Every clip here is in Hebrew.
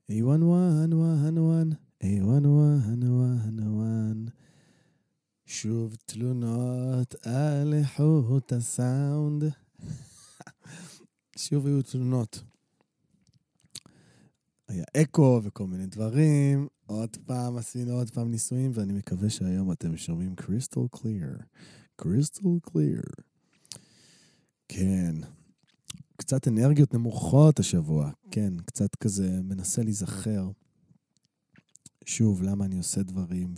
A1111, A1111, שוב תלונות על איכות הסאונד. שוב היו תלונות. היה אקו וכל מיני דברים. עוד פעם עשינו עוד פעם ניסויים, ואני מקווה שהיום אתם שומעים קריסטל קליר. קריסטל קליר. כן. קצת אנרגיות נמוכות השבוע. כן, קצת כזה מנסה להיזכר. שוב, למה אני עושה דברים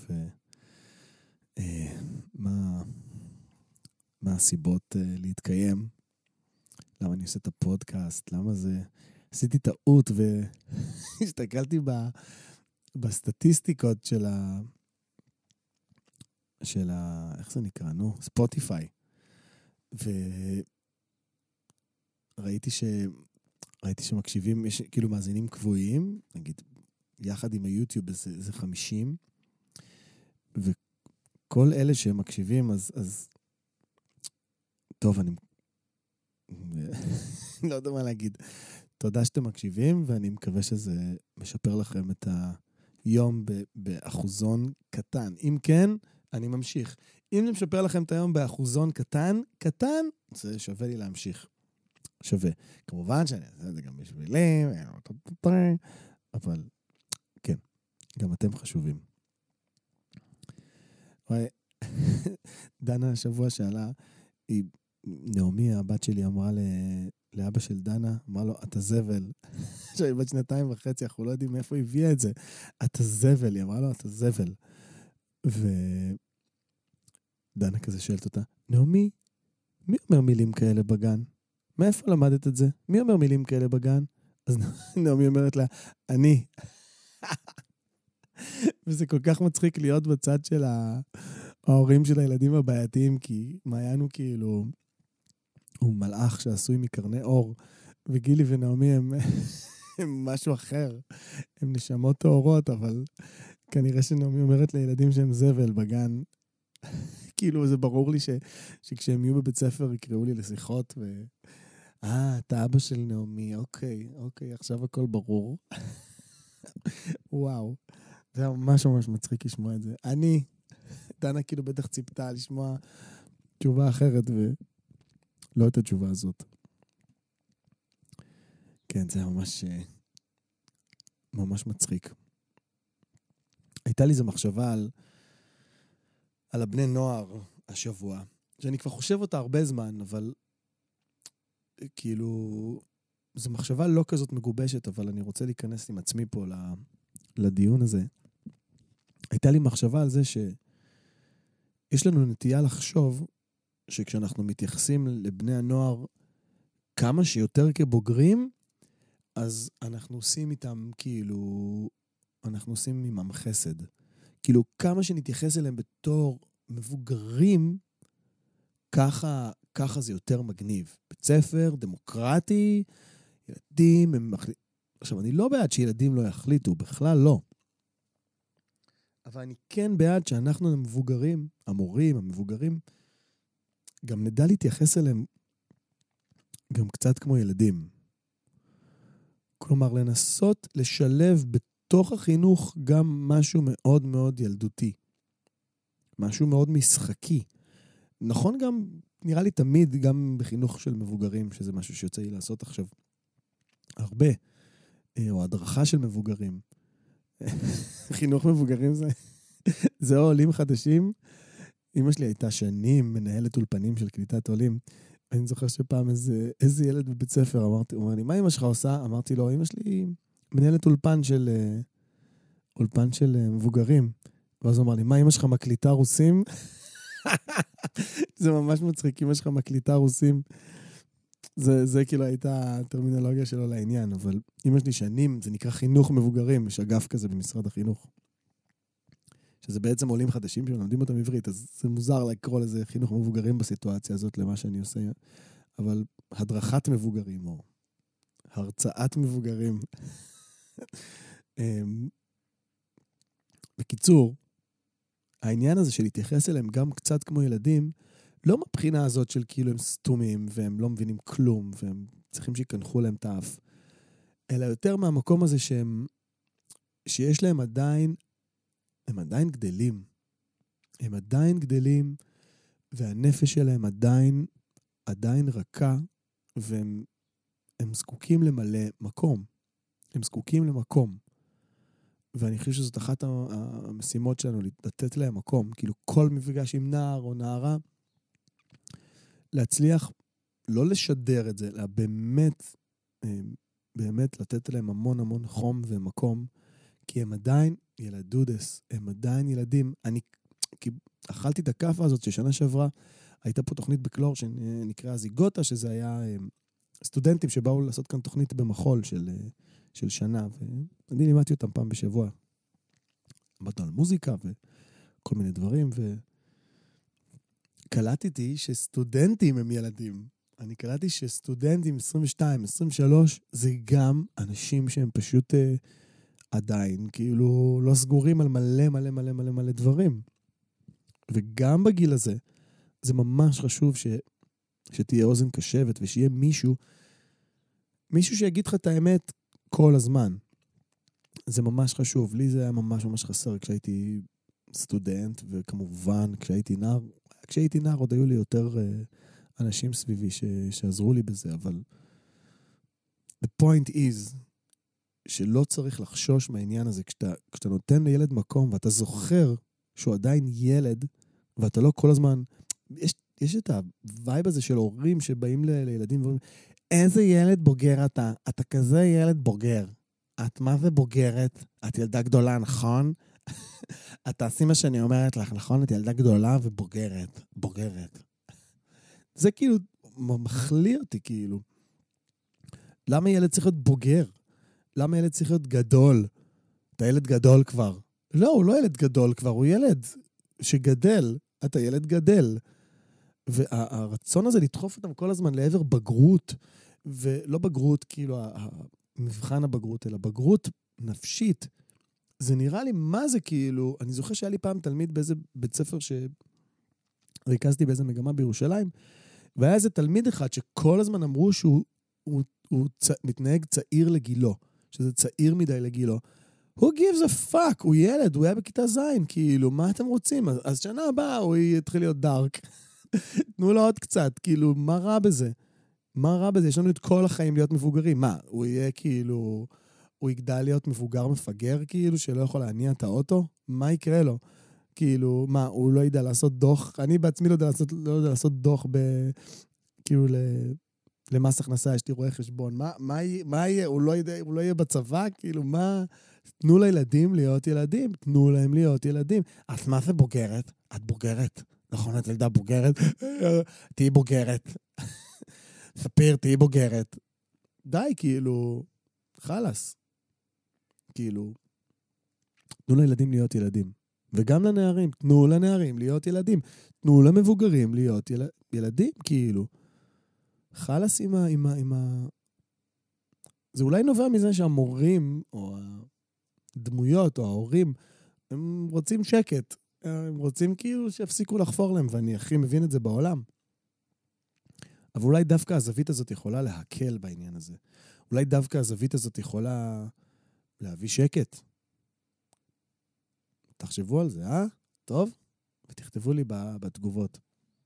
מה הסיבות להתקיים. למה אני עושה את הפודקאסט. למה זה... עשיתי טעות והסתכלתי בסטטיסטיקות של איך זה נקרא? ספוטיפיי. וראיתי שמקשיבים, יש כאילו מאזינים קבועים, נגיד, יחד עם היוטיוב זה 50, וכל אלה שמקשיבים, אז טוב, אני לא יודע מה להגיד. תודה שאתם מקשיבים, ואני מקווה שזה משפר לכם את היום באחוזון קטן. אם כן, אני ממשיך. אם זה משפר לכם את היום באחוזון קטן, זה שווה לי להמשיך. שווה. כמובן שאני אעשה את זה גם בשבילי, אבל כן, גם אתם חשובים. דנה השבוע שאלה, נעמי, הבת שלי, אמרה לאבא של דנה, אמרה לו, אתה זבל. שהיא בת 2.5, אנחנו לא יודעים מאיפה הביאה את זה. אתה זבל, היא אמרה לו, אתה זבל. ודנה כזה שואלת אותה, נעמי, מי אומר מילים כאלה בגן? מאיפה למדת את זה? מי אומר מילים כאלה בגן? אז נעמי אומרת לה, אני. וזה כל כך מצחיק להיות בצד של ההורים של הילדים הבעייתיים, כי מעיין הוא כאילו, הוא מלאך שעשוי מקרני אור, וגילי ונעמי הם משהו אחר. הם נשמות טהורות, אבל כנראה שנעמי אומרת לילדים שהם זבל בגן. כאילו זה ברור לי שכשהם יהיו בבית ספר יקראו לי לשיחות, אתה אבא של נעמי, אוקיי, עכשיו הכל ברור. וואו, זה היה ממש ממש מצחיק לשמוע את זה. דנה כאילו בטח ציפתה לשמוע תשובה אחרת, ולא את התשובה הזאת. כן, זה היה ממש מצחיק. הייתה לי איזו מחשבה על הבני נוער השבוע, שאני כבר חושב אותה הרבה זמן, אבל כאילו, זו מחשבה לא כזאת מגובשת, אבל אני רוצה להיכנס עם עצמי פה לדיון הזה. הייתה לי מחשבה על זה שיש לנו נטייה לחשוב שכשאנחנו מתייחסים לבני הנוער כמה שיותר כבוגרים, אז אנחנו עושים איתם כאילו, אנחנו עושים עמם חסד. כאילו כמה שנתייחס אליהם בתור מבוגרים, ככה זה יותר מגניב. בית ספר, דמוקרטי, ילדים, עכשיו אני לא בעד שילדים לא יחליטו, בכלל לא. אבל אני כן בעד שאנחנו המבוגרים, המורים, המבוגרים, גם נדע להתייחס אליהם גם קצת כמו ילדים. כלומר, לנסות לשלב בתוך החינוך גם משהו מאוד מאוד ילדותי. משהו מאוד משחקי. נכון גם, נראה לי תמיד, גם בחינוך של מבוגרים, שזה משהו שיוצא לי לעשות עכשיו הרבה, או הדרכה של מבוגרים. חינוך מבוגרים זה או עולים חדשים. אמא שלי הייתה שנים מנהלת אולפנים של קליטת עולים. אני זוכר שפעם איזה ילד בבית ספר, הוא אמר לי, מה אמא שלך עושה? אמרתי לו, אמא שלי מנהלת אולפן של מבוגרים. ואז הוא אמר לי, מה אמא שלך מקליטה רוסים? זה ממש מצחיק, אמא שלך מקליטה רוסים. זה כאילו הייתה הטרמינולוגיה שלו לעניין, אבל אמא שלי שנים, זה נקרא חינוך מבוגרים, יש אגף כזה במשרד החינוך. שזה בעצם עולים חדשים שלומדים אותם עברית, אז זה מוזר לקרוא לזה חינוך מבוגרים בסיטואציה הזאת, למה שאני עושה, אבל הדרכת מבוגרים, או הרצאת מבוגרים. בקיצור, העניין הזה של להתייחס אליהם גם קצת כמו ילדים, לא מבחינה הזאת של כאילו הם סתומים, והם לא מבינים כלום, והם צריכים שיקנחו להם את האף, אלא יותר מהמקום הזה שהם שיש להם עדיין, הם עדיין גדלים. הם עדיין גדלים, והנפש שלהם עדיין רכה, והם זקוקים למלא מקום. הם זקוקים למקום. ואני חושב שזאת אחת המשימות שלנו, לתת להם מקום. כאילו כל מפגש עם נער או נערה, להצליח לא לשדר את זה, אלא באמת לתת להם המון המון חום ומקום, כי הם עדיין ילדודס, הם עדיין ילדים. כי אכלתי את הכאפה הזאת ששנה שעברה, הייתה פה תוכנית בקלור שנקרא זיגוטה, שזה היה סטודנטים שבאו לעשות כאן תוכנית במחול של שנה, ואני לימדתי אותם פעם בשבוע. למדנו על מוזיקה וכל מיני דברים, וקלטתי שסטודנטים הם ילדים. אני קלטתי שסטודנטים 22, 23, זה גם אנשים שהם פשוט עדיין, כאילו לא סגורים על מלא מלא מלא מלא מלא דברים. וגם בגיל הזה, זה ממש חשוב שתהיה אוזן קשבת, ושיהיה מישהו שיגיד לך את האמת כל הזמן. זה ממש חשוב. לי זה היה ממש ממש חסר כשהייתי סטודנט, וכמובן כשהייתי נער עוד היו לי יותר אנשים סביבי שעזרו לי בזה, אבל the point is שלא צריך לחשוש מהעניין הזה. כשאתה נותן לילד מקום, ואתה זוכר שהוא עדיין ילד, ואתה לא כל הזמן, יש את הווייב הזה של הורים שבאים לילדים ואומרים, איזה ילד בוגר אתה? אתה כזה ילד בוגר. את מה זה בוגרת? את ילדה גדולה, נכון? את תעשי מה שאני אומרת לך, נכון? את ילדה גדולה ובוגרת. בוגרת. זה כאילו מחליא אותי, כאילו. למה ילד צריך להיות בוגר? למה ילד צריך להיות גדול? אתה ילד גדול כבר. לא, הוא לא ילד גדול כבר, הוא ילד שגדל. אתה ילד גדל. והרצון הזה לדחוף אותם כל הזמן לעבר בגרות, ולא בגרות כאילו מבחן הבגרות, אלא בגרות נפשית. זה נראה לי מה זה כאילו, אני זוכר שהיה לי פעם תלמיד באיזה בית ספר שריכזתי באיזה מגמה בירושלים, והיה איזה תלמיד אחד שכל הזמן אמרו שהוא מתנהג צעיר לגילו, שזה צעיר מדי לגילו. Who gives a fuck? הוא ילד, הוא היה בכיתה זין, כאילו, מה אתם רוצים? אז שנה הבאה הוא יתחיל להיות דארק. תנו לו עוד קצת, כאילו, מה רע בזה? מה רע בזה? יש לנו את כל החיים להיות מבוגרים. מה, הוא יהיה כאילו, הוא יגדל להיות מבוגר מפגר, כאילו, שלא יכול להניע את האוטו? מה יקרה לו? כאילו, מה, הוא לא ידע לעשות דוח? אני בעצמי לא יודע לעשות דוח כאילו, למס הכנסה, יש לי רואה חשבון. מה יהיה? הוא לא יהיה בצבא? כאילו, מה? תנו לילדים להיות ילדים. תנו להם להיות ילדים. אז מה זה בוגרת? את בוגרת. נכון, את ילדה בוגרת? תהי בוגרת. ספיר, תהי בוגרת. די, כאילו, חלס. כאילו, תנו לילדים להיות ילדים. וגם לנערים, תנו לנערים להיות ילדים. תנו למבוגרים להיות ילדים, כאילו. חלס עם זה אולי נובע מזה שהמורים, או הדמויות, או ההורים, הם רוצים שקט. הם רוצים כאילו שיפסיקו לחפור להם, ואני הכי מבין את זה בעולם. אבל אולי דווקא הזווית הזאת יכולה להקל בעניין הזה. אולי דווקא הזווית הזאת יכולה להביא שקט. תחשבו על זה, טוב? ותכתבו לי בתגובות.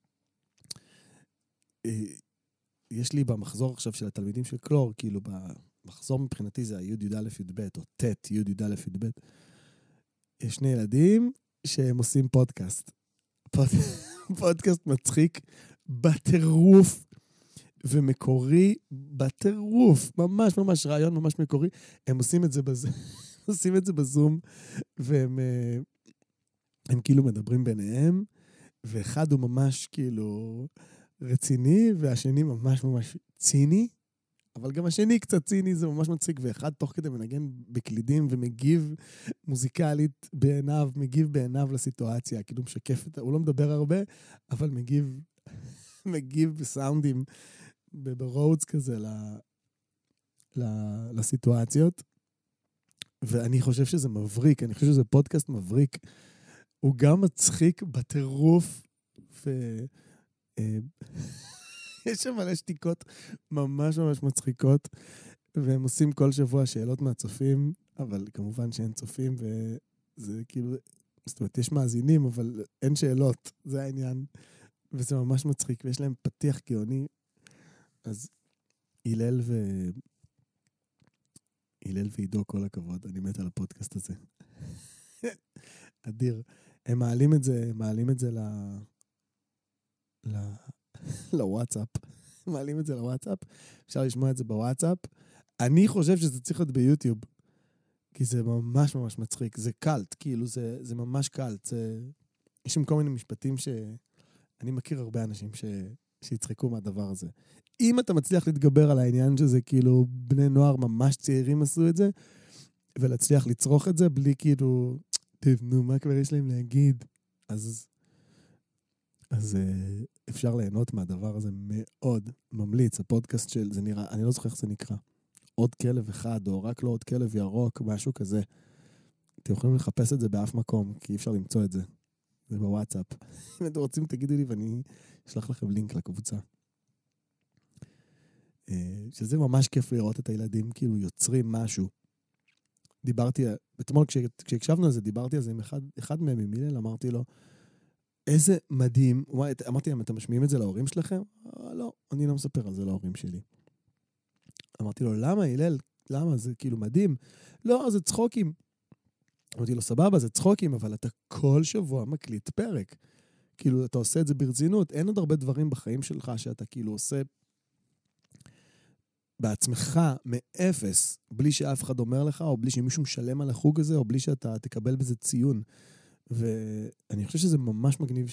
יש לי במחזור עכשיו של התלמידים של קלור, כאילו במחזור מבחינתי זה הי' י' א' י' ב', או ת' י' י' א' י' ב'. יש שני ילדים שהם עושים פודקאסט. פודקאסט מצחיק בטירוף ומקורי בטירוף. ממש ממש רעיון ממש מקורי. הם עושים את זה עושים את זה בזום, והם כאילו מדברים ביניהם, ואחד הוא ממש כאילו רציני, והשני ממש ממש ציני, אבל גם השני קצת ציני, זה ממש מצחיק, ואחד תוך כדי מנגן בקלידים, ומגיב מוזיקלית בעיניו, מגיב בעיניו לסיטואציה, כאילו משקף את, הוא לא מדבר הרבה, אבל מגיב בסאונדים, ברודס כזה לסיטואציות, ואני חושב שזה מבריק, אני חושב שזה פודקאסט מבריק, הוא גם מצחיק בטירוף, יש שם מלא שתיקות ממש ממש מצחיקות, והם עושים כל שבוע שאלות מהצופים, אבל כמובן שאין צופים, וזה כאילו, זאת אומרת, יש מאזינים, אבל אין שאלות, זה העניין. וזה ממש מצחיק, ויש להם פתיח גאוני. אז הלל ועידו, כל הכבוד, אני מת על הפודקאסט הזה. אדיר. הם מעלים את זה לוואטסאפ. מעלים את זה לוואטסאפ, אפשר לשמוע את זה בוואטסאפ. אני חושב שזה צריך להיות ביוטיוב, כי זה ממש ממש מצחיק. זה קלט, כאילו, זה ממש קלט. יש שם כל מיני משפטים אני מכיר הרבה אנשים שיצחקו מהדבר הזה. אם אתה מצליח להתגבר על העניין שזה כאילו בני נוער ממש צעירים עשו את זה, ולהצליח לצרוך את זה בלי כאילו, נו, מה כבר יש להם להגיד? אז אפשר ליהנות מהדבר הזה מאוד. ממליץ, הפודקאסט זה נראה, אני לא זוכר איך זה נקרא. עוד כלב אחד, או רק לא עוד כלב ירוק, משהו כזה. אתם יכולים לחפש את זה באף מקום, כי אי אפשר למצוא את זה. זה בוואטסאפ. אם אתם רוצים, תגידו לי, ואני אשלח לכם לינק לקבוצה. שזה ממש כיף לראות את הילדים, כאילו יוצרים משהו. דיברתי, אתמול כשהקשבנו על זה, דיברתי על זה עם אחד מהם, עם הלל, אמרתי לו, איזה מדהים, אמרתי להם, אתם משמיעים את זה להורים שלכם? לא, אני לא מספר על זה להורים שלי. אמרתי לו, למה, הלל? למה? זה כאילו מדהים. לא, זה צחוקים. אמרתי לו, סבבה, זה צחוקים, אבל אתה כל שבוע מקליט פרק. כאילו, אתה עושה את זה ברצינות. אין עוד הרבה דברים בחיים שלך שאתה כאילו עושה בעצמך מאפס, בלי שאף אחד אומר לך, או בלי שמישהו משלם על החוג הזה, או בלי שאתה תקבל בזה ציון. ואני חושב שזה ממש מגניב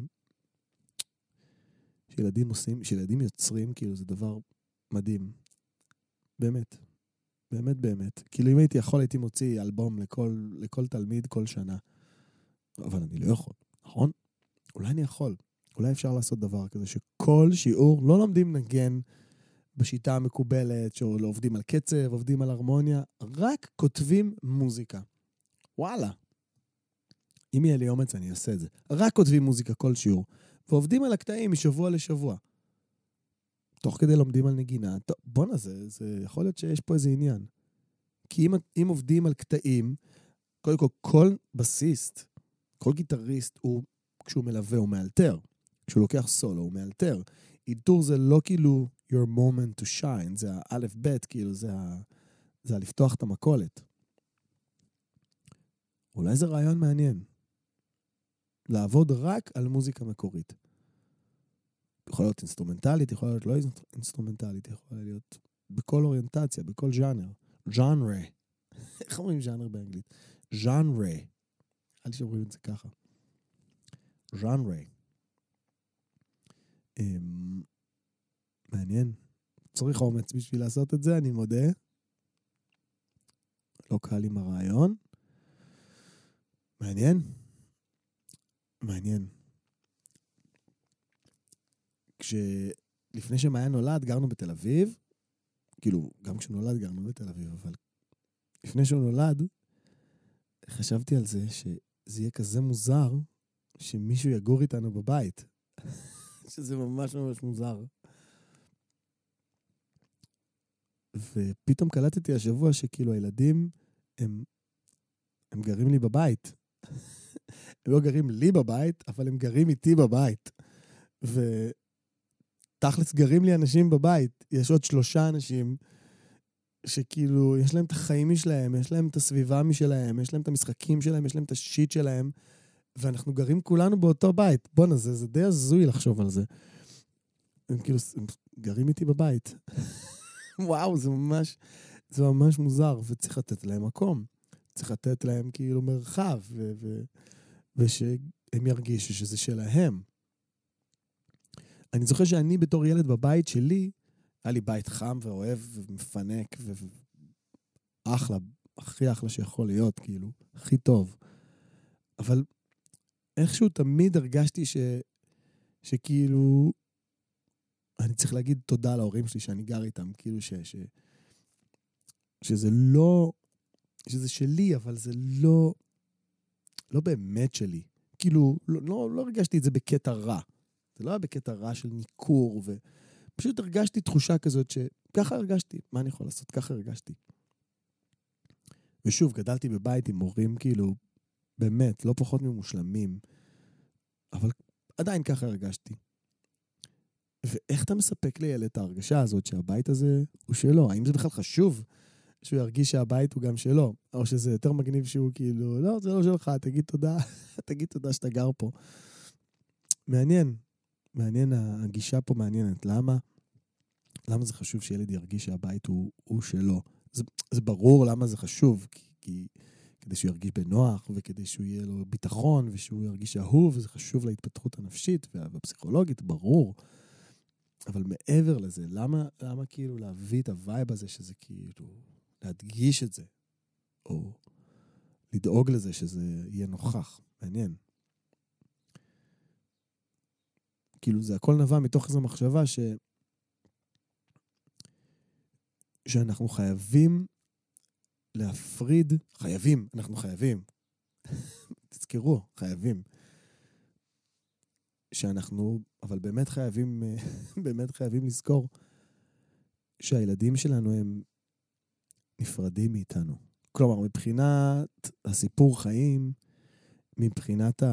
שילדים עושים, שילדים יוצרים, כאילו זה דבר מדהים. באמת. באמת, באמת. כאילו אם הייתי יכול, הייתי מוציא אלבום לכל תלמיד כל שנה. אבל אני לא יכול, נכון? אולי אני יכול. אולי אפשר לעשות דבר כזה, שכל שיעור לא לומדים נגן בשיטה המקובלת, שלא עובדים על קצב, עובדים על הרמוניה, רק כותבים מוזיקה. וואלה. אם יהיה לי אומץ, אני אעשה את זה. רק כותבים מוזיקה כל שיעור. ועובדים על הקטעים משבוע לשבוע. תוך כדי לומדים על נגינה. בונה, זה יכול להיות שיש פה איזה עניין. כי אם עובדים על קטעים, קודם כל בסיסט, כל גיטריסט, כשהוא מלווה, הוא מאלתר. כשהוא לוקח סולו, הוא מאלתר. איתור זה לא כאילו your moment to shine, זה האלף בית, כאילו זה לפתוח את המקולת. אולי זה רעיון מעניין. לעבוד רק על מוזיקה מקורית. יכול להיות אינסטרומנטלית, יכול להיות לא אינסטרומנטלית, יכול להיות בכל אוריינטציה, בכל ז'אנר. ז'אנרה. איך אומרים ז'אנר באנגלית? ז'אנרה. אל תשאומרים את זה ככה. ז'אנרה. מעניין. צריך אומץ בשביל לעשות את זה, אני מודה. לא קל עם הרעיון. מעניין. מעניין. לפני שמעיין נולד, גרנו בתל אביב. כאילו, גם כשנולד גרנו בתל אביב, אבל לפני שהוא נולד, חשבתי על זה שזה יהיה כזה מוזר שמישהו יגור איתנו בבית. שזה ממש ממש מוזר. ופתאום קלטתי השבוע שכאילו הילדים הם גרים לי בבית. הם לא גרים לי בבית, אבל הם גרים איתי בבית. ותכלס גרים לי אנשים בבית. יש עוד 3 אנשים שכאילו יש להם את החיים משלהם, יש להם את הסביבה משלהם, יש להם את המשחקים שלהם, יש להם את השיט שלהם, ואנחנו גרים כולנו באותו בית. בוא'נה, זה די הזוי לחשוב על זה. הם כאילו גרים איתי בבית. וואו, זה ממש מוזר, וצריך לתת להם מקום. צריך לתת להם כאילו מרחב, ושהם ירגישו שזה שלהם. אני זוכר שאני בתור ילד בבית שלי, היה לי בית חם ואוהב ומפנק, ואחלה, הכי אחלה שיכול להיות, כאילו, הכי טוב. אבל איכשהו תמיד הרגשתי שכאילו, אני צריך להגיד תודה להורים שלי שאני גר איתם, כאילו שזה לא, שזה שלי, אבל זה לא באמת שלי. כאילו, לא הרגשתי את זה בקטע רע. זה לא היה בקטע רע של ניכור פשוט הרגשתי תחושה כזאת שככה הרגשתי. מה אני יכול לעשות? ככה הרגשתי. ושוב, גדלתי בבית עם מורים כאילו, באמת, לא פחות ממושלמים, אבל עדיין ככה הרגשתי. ואיך אתה מספק לילד את ההרגשה הזאת שהבית הזה הוא שלו? האם זה בכלל חשוב שהוא ירגיש שהבית הוא גם שלו? או שזה יותר מגניב שהוא כאילו, לא, זה לא שלך, תגיד תודה, תגיד תודה שאתה גר פה. מעניין, הגישה פה מעניינת. למה זה חשוב שילד ירגיש שהבית הוא שלו? זה ברור למה זה חשוב, כי כדי שהוא ירגיש בנוח, וכדי שהוא יהיה לו ביטחון, ושהוא ירגיש אהוב, וזה חשוב להתפתחות הנפשית והפסיכולוגית, ברור. אבל מעבר לזה, למה כאילו להביא את הווייב הזה, שזה כאילו, להדגיש את זה, או לדאוג לזה שזה יהיה נוכח? מעניין. כאילו זה הכל נבע מתוך איזו מחשבה שאנחנו חייבים להפריד, אנחנו חייבים. תזכרו, חייבים. שאנחנו, אבל באמת חייבים לזכור שהילדים שלנו הם נפרדים מאיתנו. כלומר, מבחינת הסיפור חיים, מבחינת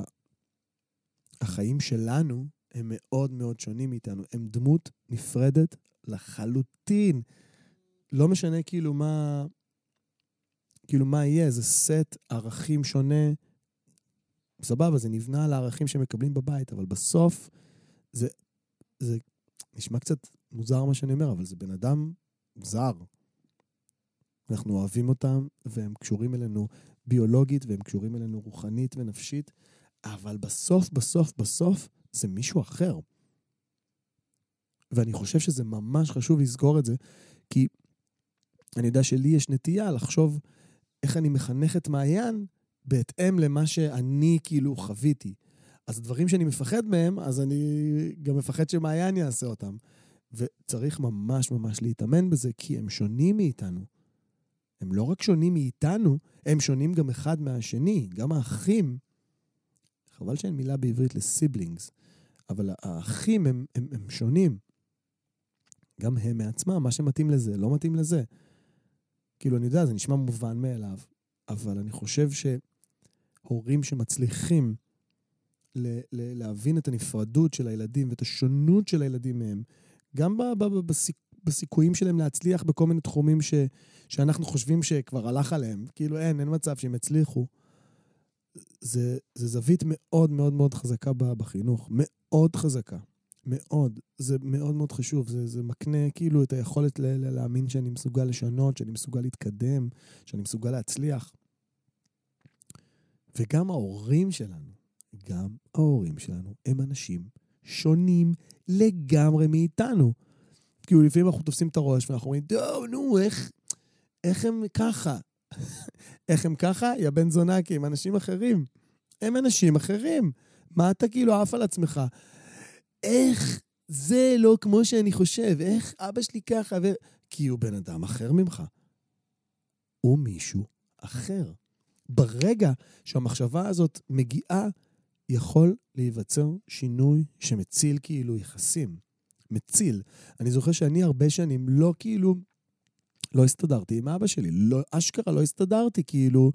החיים שלנו, הם מאוד מאוד שונים מאיתנו. הם דמות נפרדת לחלוטין. לא משנה כאילו מה יהיה, זה סט ערכים שונה. סבבה, זה נבנה על הערכים שמקבלים בבית, אבל בסוף זה נשמע קצת מוזר מה שאני אומר, אבל זה בן אדם זר. אנחנו אוהבים אותם, והם קשורים אלינו ביולוגית, והם קשורים אלינו רוחנית ונפשית, אבל בסוף זה מישהו אחר. ואני חושב שזה ממש חשוב לזכור את זה, כי אני יודע שלי יש נטייה לחשוב איך אני מחנך את מעיין בהתאם למה שאני כאילו חוויתי. אז הדברים שאני מפחד מהם, אז אני גם מפחד שמעיין יעשה אותם. וצריך ממש להתאמן בזה, כי הם שונים מאיתנו. הם לא רק שונים מאיתנו, הם שונים גם אחד מהשני. גם האחים, חבל שאין מילה בעברית לסיבלינגס, אבל האחים הם שונים. גם הם מעצמם, מה שמתאים לזה, לא מתאים לזה. כאילו, אני יודע, זה נשמע מובן מאליו, אבל אני חושב שהורים שמצליחים להבין את הנפרדות של הילדים ואת השונות של הילדים מהם, גם בסיכויים שלהם להצליח בכל מיני תחומים שאנחנו חושבים שכבר הלך עליהם, כאילו אין מצב שהם הצליחו. זה זווית מאוד מאוד מאוד חזקה בחינוך, מאוד חזקה, מאוד. זה מאוד מאוד חשוב, זה מקנה כאילו את היכולת להאמין שאני מסוגל לשנות, שאני מסוגל להתקדם, שאני מסוגל להצליח. וגם ההורים שלנו הם אנשים שונים לגמרי מאיתנו. כאילו לפעמים אנחנו תופסים את הראש ואנחנו אומרים, נו, איך הם ככה? איך הם ככה? יא בן זונה, כי הם אנשים אחרים. הם אנשים אחרים. מה אתה כאילו עף על עצמך? איך זה לא כמו שאני חושב? איך אבא שלי ככה? כי הוא בן אדם אחר ממך. הוא מישהו אחר. ברגע שהמחשבה הזאת מגיעה, יכול להיווצר שינוי שמציל כאילו יחסים. מציל. אני זוכר שאני הרבה שנים לא הסתדרתי עם אבא שלי. אשכרה לא הסתדרתי כאילו.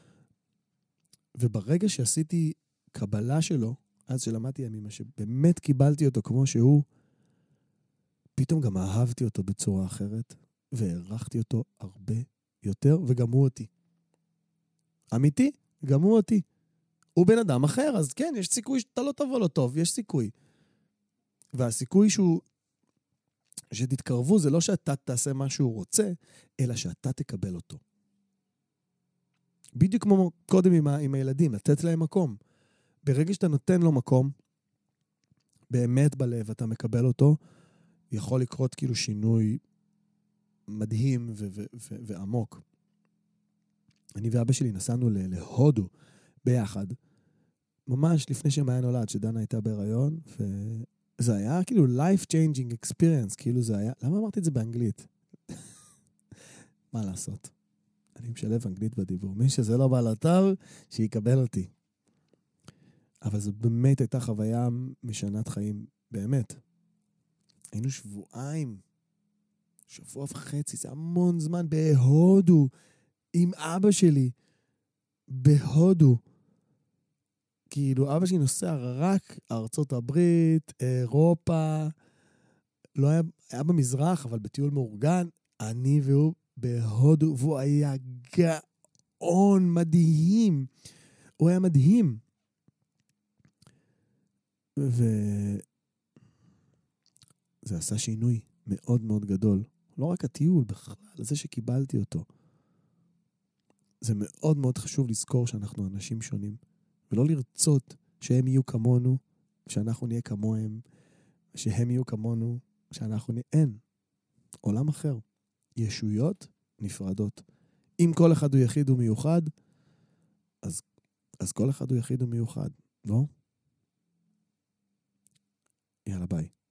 וברגע שעשיתי קבלה שלו, אז שלמדתי ימימה שבאמת קיבלתי אותו כמו שהוא, פתאום גם אהבתי אותו בצורה אחרת, והערכתי אותו הרבה יותר, וגם הוא אותי. אמיתי, גם הוא אותי. הוא בן אדם אחר, אז כן, יש סיכוי שאתה לא תבוא לו טוב, יש סיכוי. והסיכוי שתתקרבו זה לא שאתה תעשה מה שהוא רוצה, אלא שאתה תקבל אותו. בדיוק כמו קודם עם הילדים, לתת להם מקום. ברגע שאתה נותן לו מקום, באמת בלב, אתה מקבל אותו, יכול לקרות כאילו שינוי מדהים ועמוק. אני ואבא שלי נסענו להודו ביחד, ממש לפני שמעיין נולד, שדנה הייתה בהיריון, וזה היה כאילו life changing experience, כאילו זה היה, למה אמרתי את זה באנגלית? מה לעשות? אני משלב אנגלית בדיבור. מי שזה לא בא לטוב, שיקבל אותי. אבל זו באמת הייתה חוויה משנת חיים, באמת. היינו שבועיים, שבוע וחצי, זה המון זמן בהודו, עם אבא שלי, בהודו. כאילו, אבא שלי נוסע רק ארצות הברית, אירופה, לא היה במזרח, אבל בטיול מאורגן, אני והוא בהודו, והוא היה גאון מדהים. הוא היה מדהים. וזה עשה שינוי מאוד מאוד גדול. לא רק הטיול, בכלל, זה שקיבלתי אותו. זה מאוד מאוד חשוב לזכור שאנחנו אנשים שונים, ולא לרצות שהם יהיו כמונו, שאנחנו נהיה כמוהם, שהם יהיו כמונו, שאנחנו נהיה... אין. עולם אחר. ישויות נפרדות. אם כל אחד הוא יחיד ומיוחד, אז כל אחד הוא יחיד ומיוחד, לא? יאללה, ביי.